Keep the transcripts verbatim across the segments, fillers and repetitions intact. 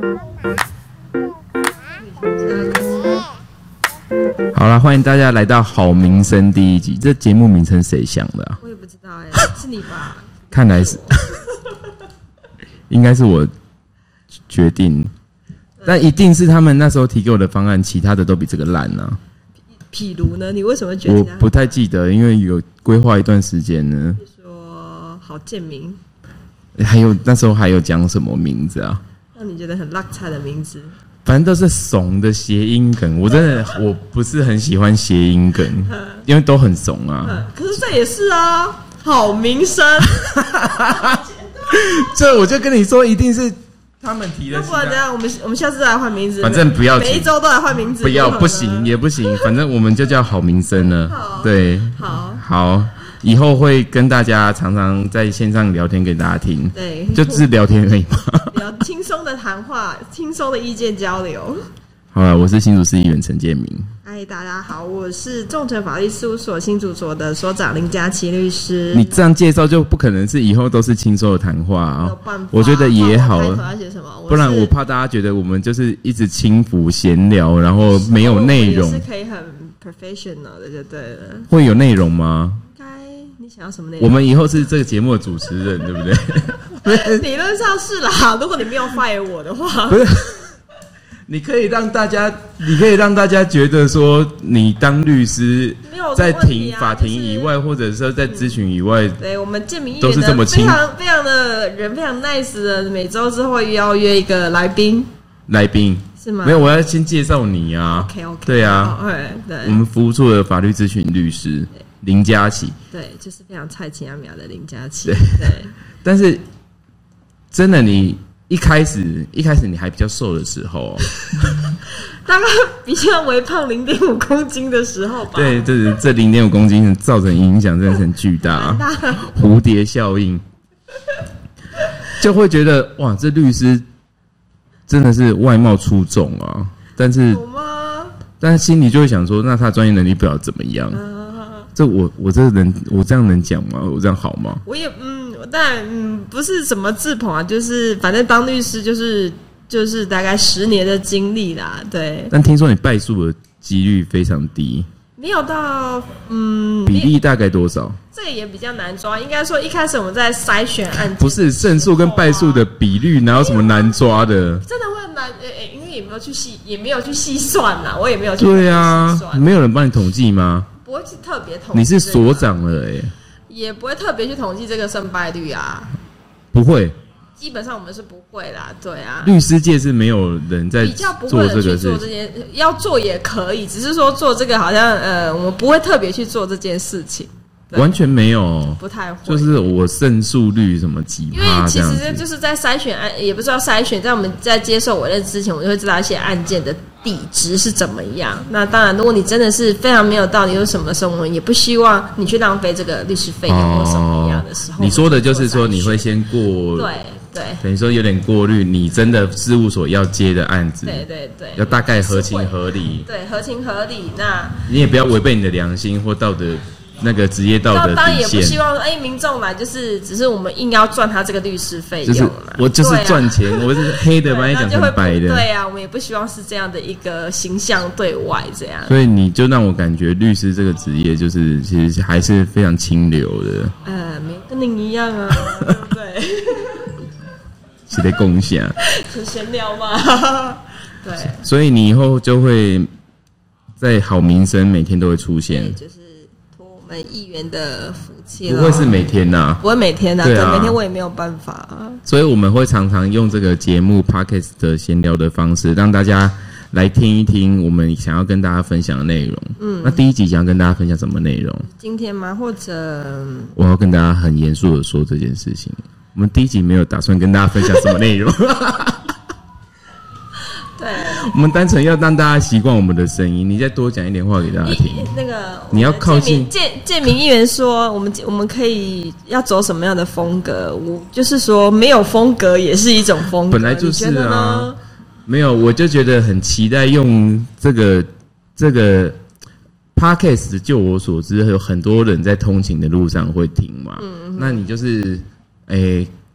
好啦，欢迎大家来到好民生第一集。这节目名称谁想的啊？ 我也不知道哎、欸，是你吧？ 看来是，应该是我决定，但一定是他们那时候提给我的方案，其他的都比这个烂啊。 譬如呢？你为什么觉得？ 我不太记得，因为有规划一段时间呢。 你说好贱名， 还有那时候还有讲什么名字啊？ 让你觉得很邋遢的名字。 反正都是怂的谐音梗，我真的我不是很喜欢谐音梗，因为都很怂啊。 可是这也是啊，好名声。 这我就跟你说，一定是他们提的。 那不然这样，我们我们下次来换名字。 反正不要， 每一周都来换名字。 不要，不行也不行，反正我们就叫好名声了。对， 好， 好。以后会跟大家常常在线上聊天给大家听， 对， 就只是聊天而已嘛。 聊轻松的谈话，轻松的意见交流。 好了，我是新竹市议员陈建明。 嗨，大家好，我是众诚法律事务所新竹所的所长林佳琪律师。 你这样介绍就不可能是以后都是轻松的谈话啊、 哦。 我觉得也好， 不然我怕大家觉得我们就是一直轻浮闲聊，然后没有内容。 是可以很 professional 的，就对了。 会有内容吗？ 你想要什么内容？ 我们以后是这个节目的主持人，对不对？ 理论上是啦，如果你没有 fire 我的话， 不是。你可以让大家，你可以让大家觉得说，你当律师在庭、啊、法庭以外，或者是在咨询以外， 对我们建民议员都是这么非常非常的人，非常 nice 的，每周之后要约一个来宾， 来宾是吗？ 没有，我要先介绍你啊。 OK OK， 对啊， 哦、对， 我们服务处的法律咨询律师林佳琪， 对，就是非常菜奇阿苗的林佳琪， 对对。 但是真的你。一开始，一开始你还比较瘦的时候、哦， 大概比较微胖零点五公斤的时候吧。 对，这这零点五公斤造成影响真的很巨大、啊，蝴蝶效应，就会觉得哇，这律师真的是外貌出众啊。但是， 有吗？ 但是心里就会想说，那他专业能力不知道怎么样？啊、这我我这人我这样能讲吗？我这样好吗？ 我也嗯。但嗯，不是什么自捧啊，就是反正当律师就是就是大概十年的经历啦，对。 但听说你败诉的几率非常低， 没有到嗯， 比例大概多少？ 这个也比较难抓。应该说一开始我们在筛选案件， 不是胜诉跟败诉的比率，哪有什么难抓的？ 真的会难，诶、欸，因为也没有去细，也没有去细算啦，我也没有去对啊，没有人帮你统计吗？ 不会去特别统计、这个。 你是所长了哎、欸。 也不会特别去统计这个胜败率啊， 不会， 基本上我们是不会啦，对啊。 律师界是没有人在做这个事情，要做也可以，只是说做这个好像呃，我们不会特别去做这件事情， 完全没有， 不太会。 就是我胜诉率什么几趴这样子， 因为其实就是在筛选案，也不是要筛选，在我们在接受委任之前，我们就会知道一些案件的底值是怎么样。那当然，如果你真的是非常没有道理，有什么时候我们也不希望你去浪费这个律师费用或什么样的时候、哦。 你说的就是说你会先过， 对对， 等于说有点过滤你真的事务所要接的案子， 对对对， 要大概合情合理， 对，合情合理。那你也不要违背你的良心或道德。那个职业道德底线， 当然也不希望哎、欸，民众来就是只是我们硬要赚他这个律师费用嘛、 就是。我就是赚钱，啊、我是黑的把你讲成白的。 对啊，我们也不希望是这样的一个形象对外这样。 所以你就让我感觉律师这个职业就是其实还是非常清流的。 呃，没跟您一样啊，对不对？ 是在共享， 就闲聊嘛。对。 所以你以后就会在好民生每天都会出现。 就是我们议员的福气了， 不会是每天呐、啊， 不会每天呐、啊， 对啊， 每天我也没有办法、啊， 所以我们会常常用这个节目 Podcast 的闲聊的方式，让大家来听一听我们想要跟大家分享的内容。嗯，那第一集想要跟大家分享什么内容？ 今天吗？或者我要跟大家很严肃的说这件事情。我们第一集没有打算跟大家分享什么内容。 对， 我们单纯要让大家习惯我们的声音，你再多讲一点话给大家听。 那个你要靠近建建民议员说，我们我们可以要走什么样的风格？我就是说，没有风格也是一种风格， 本来就是啊。没有，我就觉得很期待用这个这个 podcast。就我所知，有很多人在通勤的路上会听嘛。嗯嗯，那你就是诶。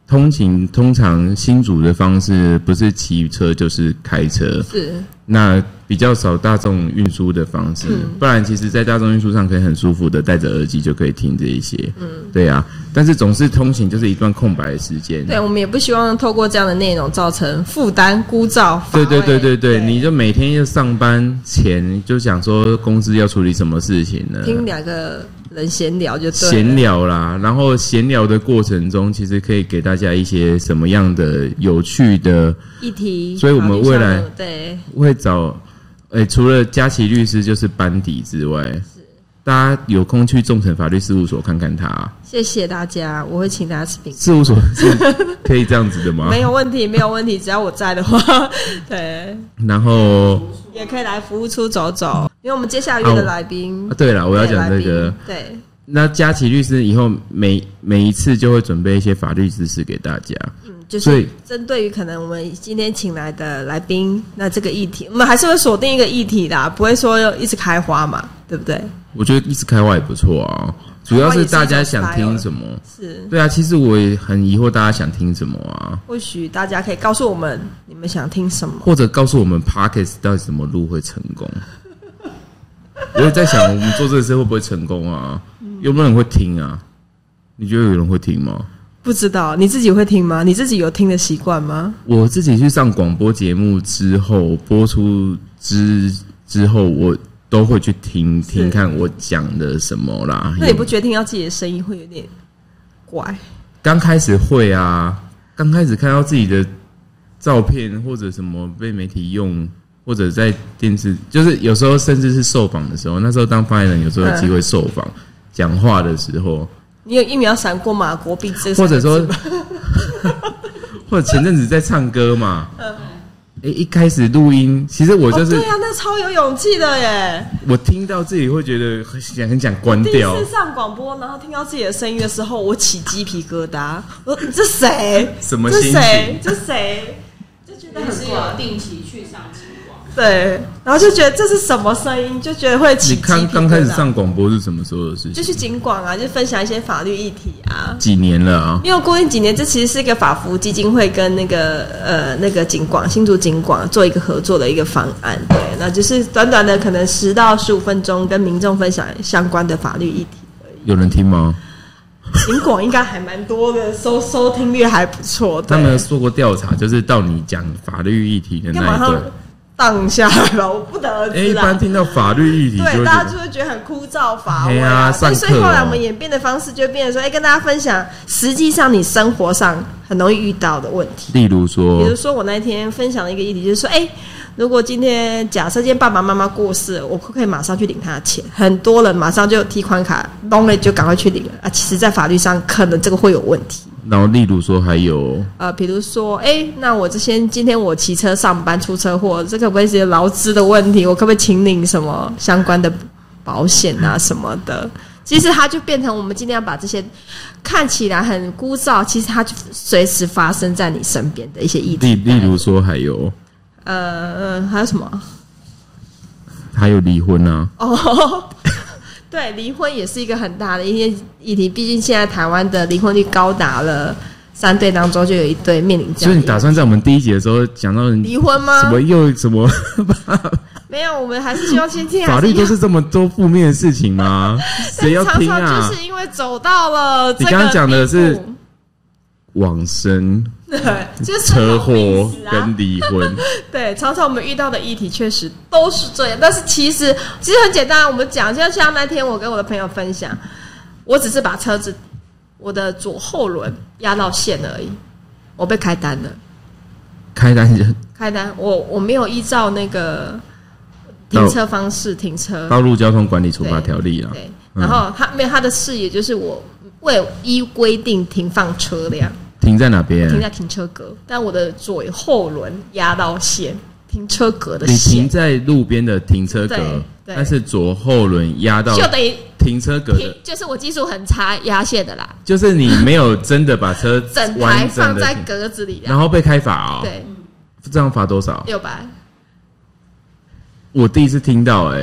通勤通常新竹的方式不是骑车就是开车， 是那比较少大众运输的方式，嗯、不然其实在大众运输上可以很舒服的戴着耳机就可以听这一些，嗯，对啊，但是总是通勤就是一段空白的时间， 对，我们也不希望透过这样的内容造成负担、枯燥、乏味。 对对对对对，你就每天要上班前就想说公司要处理什么事情呢？ 听两个人闲聊就对了， 闲聊啦，然后闲聊的过程中，其实可以给大家一些什么样的有趣的议题， 所以我们未来对会找。欸、除了佳琪律师就是班底之外，大家有空去众诚法律事务所看看他、啊。 谢谢大家，我会请大家吃饼干。 事务所是可以这样子的吗？ 没有问题，没有问题，只要我在的话，对。 然后也可以来服务处走走，因为我们接下来约的来宾、 啊。对了，我要讲这个。 对。 那佳琪律师以后每每一次就会准备一些法律知识给大家。 嗯，就是针对于可能我们今天请来的来宾，那这个议题，我们还是会锁定一个议题啦，不会说一直开花嘛，对不对？ 我觉得一直开花也不错啊，主要是大家想听什么。 是。 对啊，其实我也很疑惑大家想听什么啊。 或许大家可以告诉我们你们想听什么， 或者告诉我们 Podcast 到底怎么录会成功。我也在想，我们做这个事会不会成功啊？有没有人会听啊？你觉得有人会听吗？ 不知道，你自己会听吗？你自己有听的习惯吗？ 我自己去上广播节目之后，播出之之后，我都会去听听看我讲的什么啦。 那你不觉得听到自己的声音会有点怪？ 刚开始会啊，刚开始看到自己的照片或者什么被媒体用。或者在电视，就是有时候甚至是受访的时候，那时候当发言人，有时候有机会受访、讲、嗯、话的时候， 你有一秒闪过马国斌这个， 或者说，或者前阵子在唱歌嘛，嗯，哎、欸，一开始录音，其实我就是、 哦、对啊，那超有勇气的耶！ 我听到自己会觉得很想很想关掉。 第一次上广播，然后听到自己的声音的时候，我起鸡皮疙瘩。我说这谁？ 什么心情？ 这谁？这谁？就觉得很有定期去上节目。 对，然后就觉得这是什么声音，就觉得会起鸡皮疙瘩。 你刚刚开始上广播是什么时候的事情？ 就去警广啊，就分享一些法律议题啊。 几年了啊？ 因为过去几年，这其实是一个法服基金会跟那个呃那个警广新竹警广做一个合作的一个方案。对，那就是短短的可能十到十五分钟，跟民众分享相关的法律议题而已。 有人听吗？ 警广应该还蛮多的，收收听率还不错。 他们做过调查，就是到你讲法律议题的那一段。 荡下来吧，我不得而知啦。 欸、一般听到法律议题就会， 对，大家就会觉得很枯燥乏味啊。 所以后来我们演变的方式就变成说，哎、欸，跟大家分享实际上你生活上很容易遇到的问题。 例如说， 比如说我那天分享的一个议题就是说，哎、欸，如果今天假设今天爸爸妈妈过世了，我可不可以马上去领他的钱？很多人马上就提款卡弄了就赶快去领了啊。其实，在法律上可能这个会有问题。 然后，例如说还有呃，比如说，哎、欸，那我这些今天我骑车上班出车祸，这可不可以是劳资的问题？我可不可以请领什么相关的保险啊什么的？其实它就变成我们今天要把这些看起来很枯燥，其实它就随时发生在你身边的一些议题。 例例如说还有， 呃，还有什么？ 还有离婚啊。 哦。对，离婚也是一个很大的一些议题，毕竟现在台湾的离婚率高达了三对当中就有一对面临这样。 所以你打算在我们第一集的时候讲到离婚吗？ 什么又什么？ 没有，我们还是希望先听。 法律都是这么多负面的事情吗？谁要听啊？ 常常就是因为走到了这个， 你刚刚讲的是往生。 对，就是车祸跟离婚。 对，常常我们遇到的议题确实都是这样，但是其实其实很简单，我们讲，就像那天我跟我的朋友分享，我只是把车子我的左后轮压到线而已，我被开单了。 开单？ 开单，我我没有依照那个停车方式停车， 道路交通管理处罚条例啊。 对，嗯、然后他没有他的视野，就是我未依规定停放车辆。 停在哪边？ 停在停车格，但我的左后轮压到线，停车格的线。 你停在路边的停车格，但是左后轮压到， 就等于停车格的， 就是我技术很差压线的啦。 就是你没有真的把车整台放在格子里， 然后被开罚哦。 对， 这样罚多少？ 六百。 我第一次听到、欸，哎，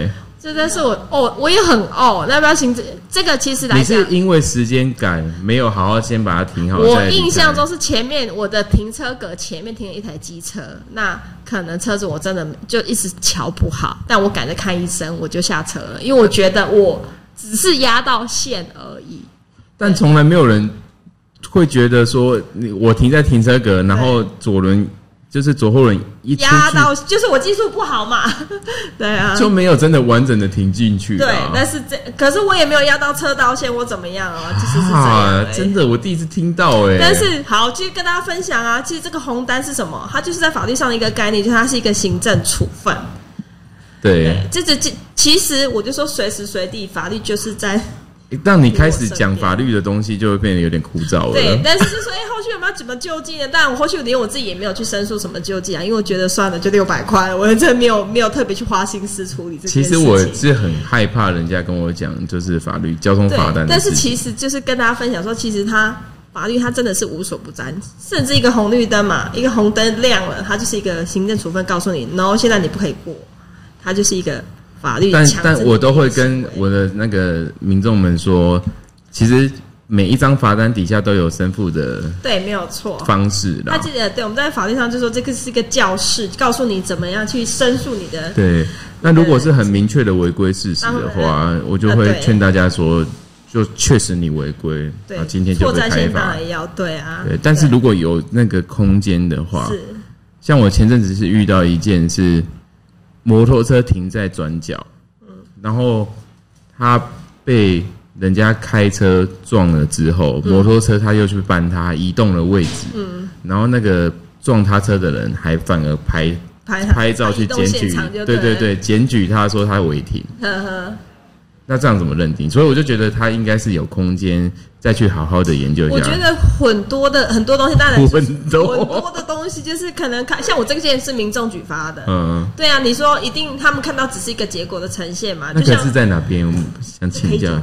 这但是我哦，我也很哦，那要不要请这个？其实来讲， 你是因为时间感没有好好先把它停好。 我印象中是前面我的停车格前面停了一台机车，那可能车子我真的就一直瞧不好，但我赶着看医生，我就下车了，因为我觉得我只是压到线而已。 但从来没有人会觉得说，我停在停车格，然后左轮。就是左后轮一出去压到，就是我技术不好嘛，对啊， 就没有真的完整的停进去、啊。 对，但是这可是我也没有压到车道线，我怎么样啊？就是是这样、欸啊，真的，我第一次听到哎、欸。 但是好，其实跟大家分享啊，其实这个红单是什么？它就是在法律上的一个概念，就是它是一个行政处分。 对， 对这这其实我就说随时随地法律就是在。 当你开始讲法律的东西，就会变得有点枯燥了。 对，但是就说，哎、欸，后续有没有怎么救济呢？当然，我后续连我自己也没有去申诉什么救济啊，因为我觉得算了，就六百块，我真的没有没有特别去花心思处理这件事情。 其实我是很害怕人家跟我讲，就是法律交通罚单的事情。 但是其实就是跟大家分享说，其实它法律它真的是无所不在，甚至一个红绿灯嘛，一个红灯亮了，它就是一个行政处分，告诉你，然后现在你不可以过，它就是一个法律强制。 但但我都会跟我的那个民众们说。其实每一张罚单底下都有申复的， 对，没有错方式啦。 他记得，对，我们在法律上就说这个是一个教室，告诉你怎么样去申诉你的。 对，那如果是很明确的违规事实的话，我就会劝大家说，就确实你违规， 对， 啊，今天就被开罚。 当然要对啊， 对，但是如果有那个空间的话，是，像我前阵子是遇到一件是摩托车停在转角，嗯，然后他被。人家开车撞了之后，嗯、摩托车他又去帮他移动了位置，嗯，然后那个撞他车的人还反而拍拍拍照去检举，对对对，检举他说他违停，呵呵，那这样怎么认定？所以我就觉得他应该是有空间再去好好的研究一下。 我觉得很多的很多东西，当然很多很多的东西，就是可能看像我这件是民众举发的， 嗯， 对啊，你说一定他们看到只是一个结果的呈现嘛？ 那可是在哪边？我想请教。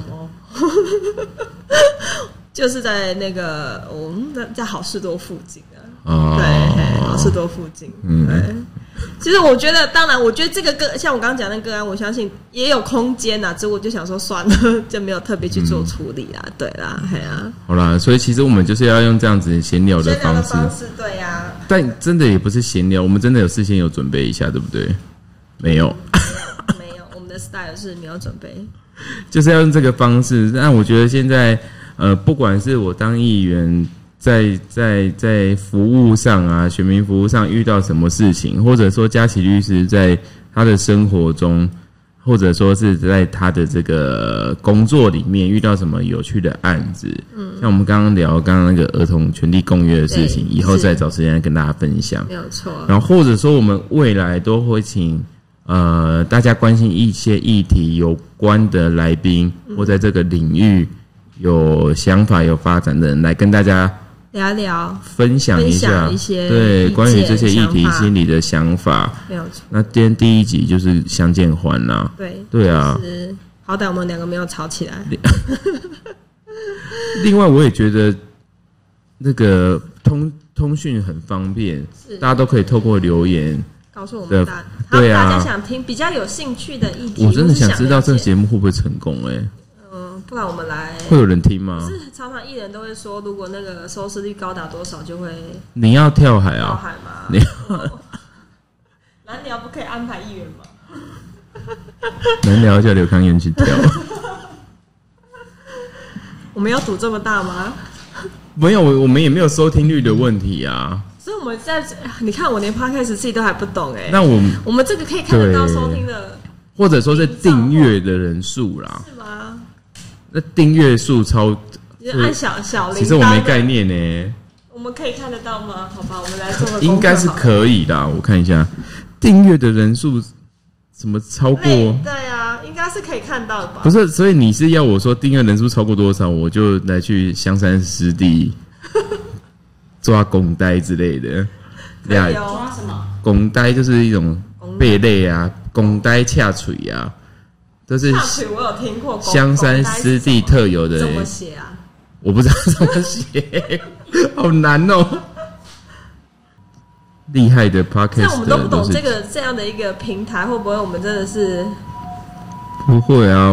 就是在那个我们、哦、在好事多附近啊， 哦、 对，好事多附近，嗯，对。其实我觉得，当然，我觉得这个个像我刚刚讲的个案，我相信也有空间呐，只是我就想说算了，就没有特别去做处理啦，嗯、对啦，嘿啊。 好啦，所以其实我们就是要用这样子闲聊的方式， 方式对呀、啊。 但真的也不是闲聊，我们真的有事先有准备一下，对不对？没有， 没有，我们的 style 是没有准备。 就是要用这个方式，但我觉得现在，呃，不管是我当议员，在在在服务上啊，选民服务上遇到什么事情，或者说嘉琪律师在他的生活中，或者说是在他的这个工作里面遇到什么有趣的案子，嗯，像我们刚刚聊刚刚那个儿童权利公约的事情，以后再找时间来跟大家分享， 没有错。 然后或者说我们未来都会请。呃，大家关心一些议题有关的来宾，嗯、或在这个领域有想法、有发展的人，来跟大家聊聊、 分享一下一些对关于这些议题心里的想法。 没有错。 那今天第一集就是相见欢啦， 对对啊， 是好歹我们两个没有吵起来。 另外，我也觉得那个通通讯很方便，大家都可以透过留言。 告诉我们大， 对啊， 大家想听比较有兴趣的议题， 我真的想知道这个节目会不会成功哎、欸。 嗯，不然我们来， 会有人听吗？ 不是常常艺人都会说，如果那个收视率高达多少，就会你要跳海啊？ 跳海吗？ 你南寮不可以安排议员吗？ 南寮叫刘康燕去跳。 我们要赌这么大吗？ 没有，我们也没有收听率的问题啊。 所以我们在你看，我连 podcast 自己都还不懂哎、欸。 那我们我们这个可以看得到收听的， 或者说是订阅的人数啦， 是吗？ 那订阅数超， 就按小小铃铛。 其实我没概念呢、欸。 我们可以看得到吗？好吧，我们来做个。 应该是可以的，我看一下订阅的人数，什么超过？ 对啊，应该是可以看到的吧？ 不是，所以你是要我说订阅人数超过多少，我就来去香山湿地。抓公呆之类的， 抓什么？ 公呆就是一种贝类啊，公呆恰嘴啊，都是恰嘴我有听过。 香山湿地特有的， 怎么写啊？ 我不知道怎么写，好难哦。厉害的 podcast， 那我们都不懂这个这样的一个平台，会不会我们真的是不会啊，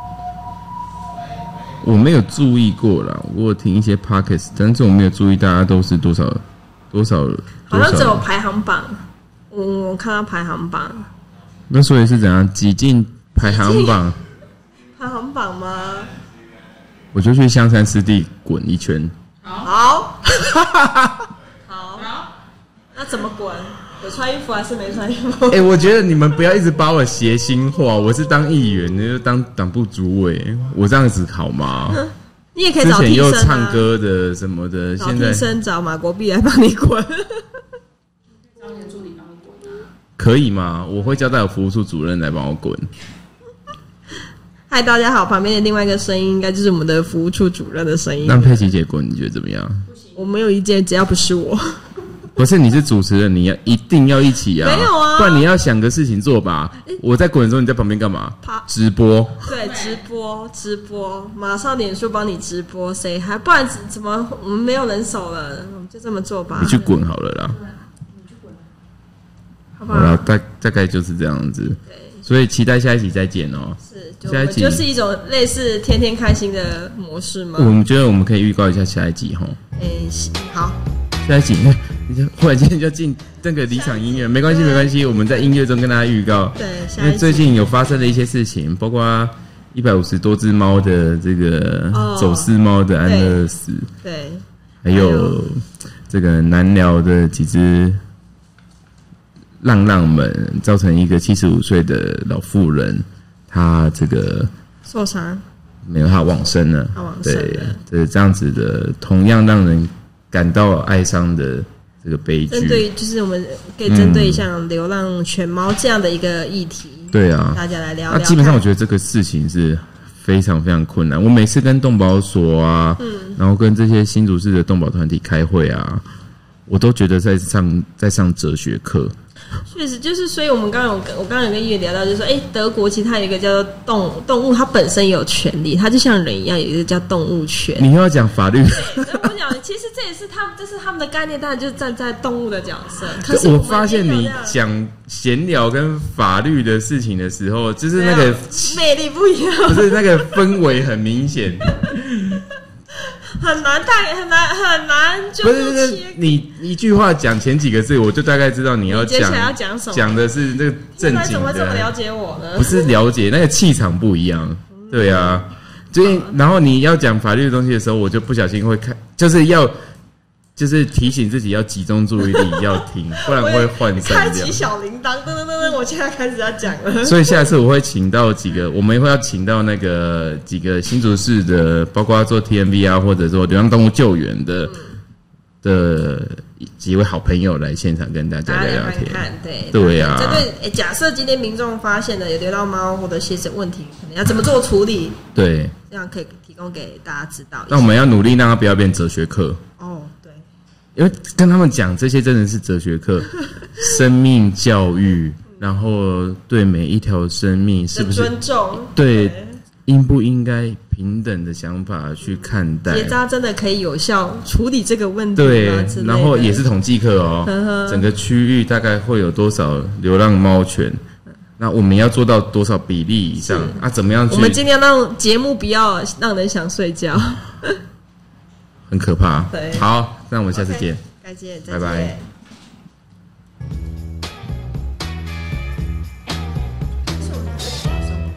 我没有注意过啦。我有听一些 podcast， 但是我没有注意大家都是多少多少， 好像只有排行榜。我我看到排行榜。 那所以是怎样挤进排行榜？ 排行榜吗？ 我就去香山湿地滚一圈。 好，好，那怎么滚？有穿衣服还是没穿衣服？ 哎、欸，我觉得你们不要一直把我谐星化。我是当议员，你就当党部主委，我这样子好吗？ 你也可以找替身、啊、 之前又唱歌的什么的， 找替身找马国碧来帮你滚。 找你的助理帮你滚啊？ 可以吗？我会交代有服务处主任来帮我滚。 嗨，大家好，旁边的另外一个声音应该就是我们的服务处主任的声音。 让佩奇姐滚，你觉得怎么样？ 我没有意见，只要不是我。 不是，你是主持人，你要一定要一起啊！ 没有啊， 不然你要想个事情做吧。我在滚的时候，你在旁边干嘛？直播。 对，直播，直播，马上脸书帮你直播，谁还不然怎么我们没有人手了？我们就这么做吧。 你去滚好了啦。 你去滚。 好不好？ 好了，大大概就是这样子。对。所以期待下一集再见哦。 是，就我们就是一种类似天天开心的模式吗？ 我们觉得我们可以预告一下下一集哈。 诶、欸，好。 下一集，你就忽然间就进那个离场音乐，没关系，没关系，我们在音乐中跟大家预告。 对， 因为最近有发生了一些事情，包括一百五十多只猫的这个走私猫的安乐死， 对， 还有这个南寮的几只浪浪们，造成一个七十五岁的老妇人，她这个受伤， 没有她往生了， 她往生了， 对，对，这样子的，同样让人感到哀伤的这个悲剧。 针对就是我们可以针对像流浪犬猫这样的一个议题，嗯、 对啊， 大家来聊聊。 那、啊、基本上我觉得这个事情是非常非常困难。我每次跟动保所啊，嗯，然后跟这些新竹市的动保团体开会啊，我都觉得在上在上哲学课。 确实，就是所以我们刚刚有我刚刚有跟议员聊到，就是说，哎、欸，德国其实它有一个叫做动动物，它本身也有权利，它就像人一样，有一个叫动物权。 你又要讲法律？ 对，我讲，其实这也是他们，这是他们的概念，当然就是站在动物的角色。可是我, 我发现你讲闲聊跟法律的事情的时候，就是那个魅力不一样， 不是那个氛围很明显。 很难带，很难很难就不是不是，你一句话讲前几个字，我就大概知道你要讲， 接下来要讲什么， 讲的是那个正经的。 怎么这么了解我呢？ 不是了解，那个气场不一样。对啊，所以然后你要讲法律的东西的时候，我就不小心会看，就是要就是提醒自己要集中注意力要听，不然会涣散掉。 开启小铃铛，噔噔噔噔，我现在开始要讲了。 所以下次我会请到几个，我们会要请到那个几个新竹市的，包括做 T M V 啊，或者说流浪动物救援的、嗯、的几位好朋友来现场跟大家聊聊天。 看看对对啊， 针对、欸、假设今天民众发现了有流浪猫或者些什么问题，可能要怎么做处理？ 对， 这样可以提供给大家知道。 那我们要努力让它不要变哲学课。 哦。 因为跟他们讲这些真的是哲学课，生命教育，然后对每一条生命是不是尊重， 对，应不应该平等的想法去看待？ 结扎真的可以有效处理这个问题吗？ 对，然后也是统计课哦， 呵呵整个区域大概会有多少流浪猫犬？那我们要做到多少比例以上啊？怎么样去？ 我们尽量让节目不要让人想睡觉。 很可怕。 对， 好，那我们下次见。 再见， 拜拜。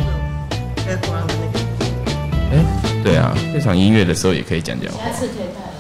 哎，对啊，这场音乐的时候也可以讲讲话。 下次可以带来。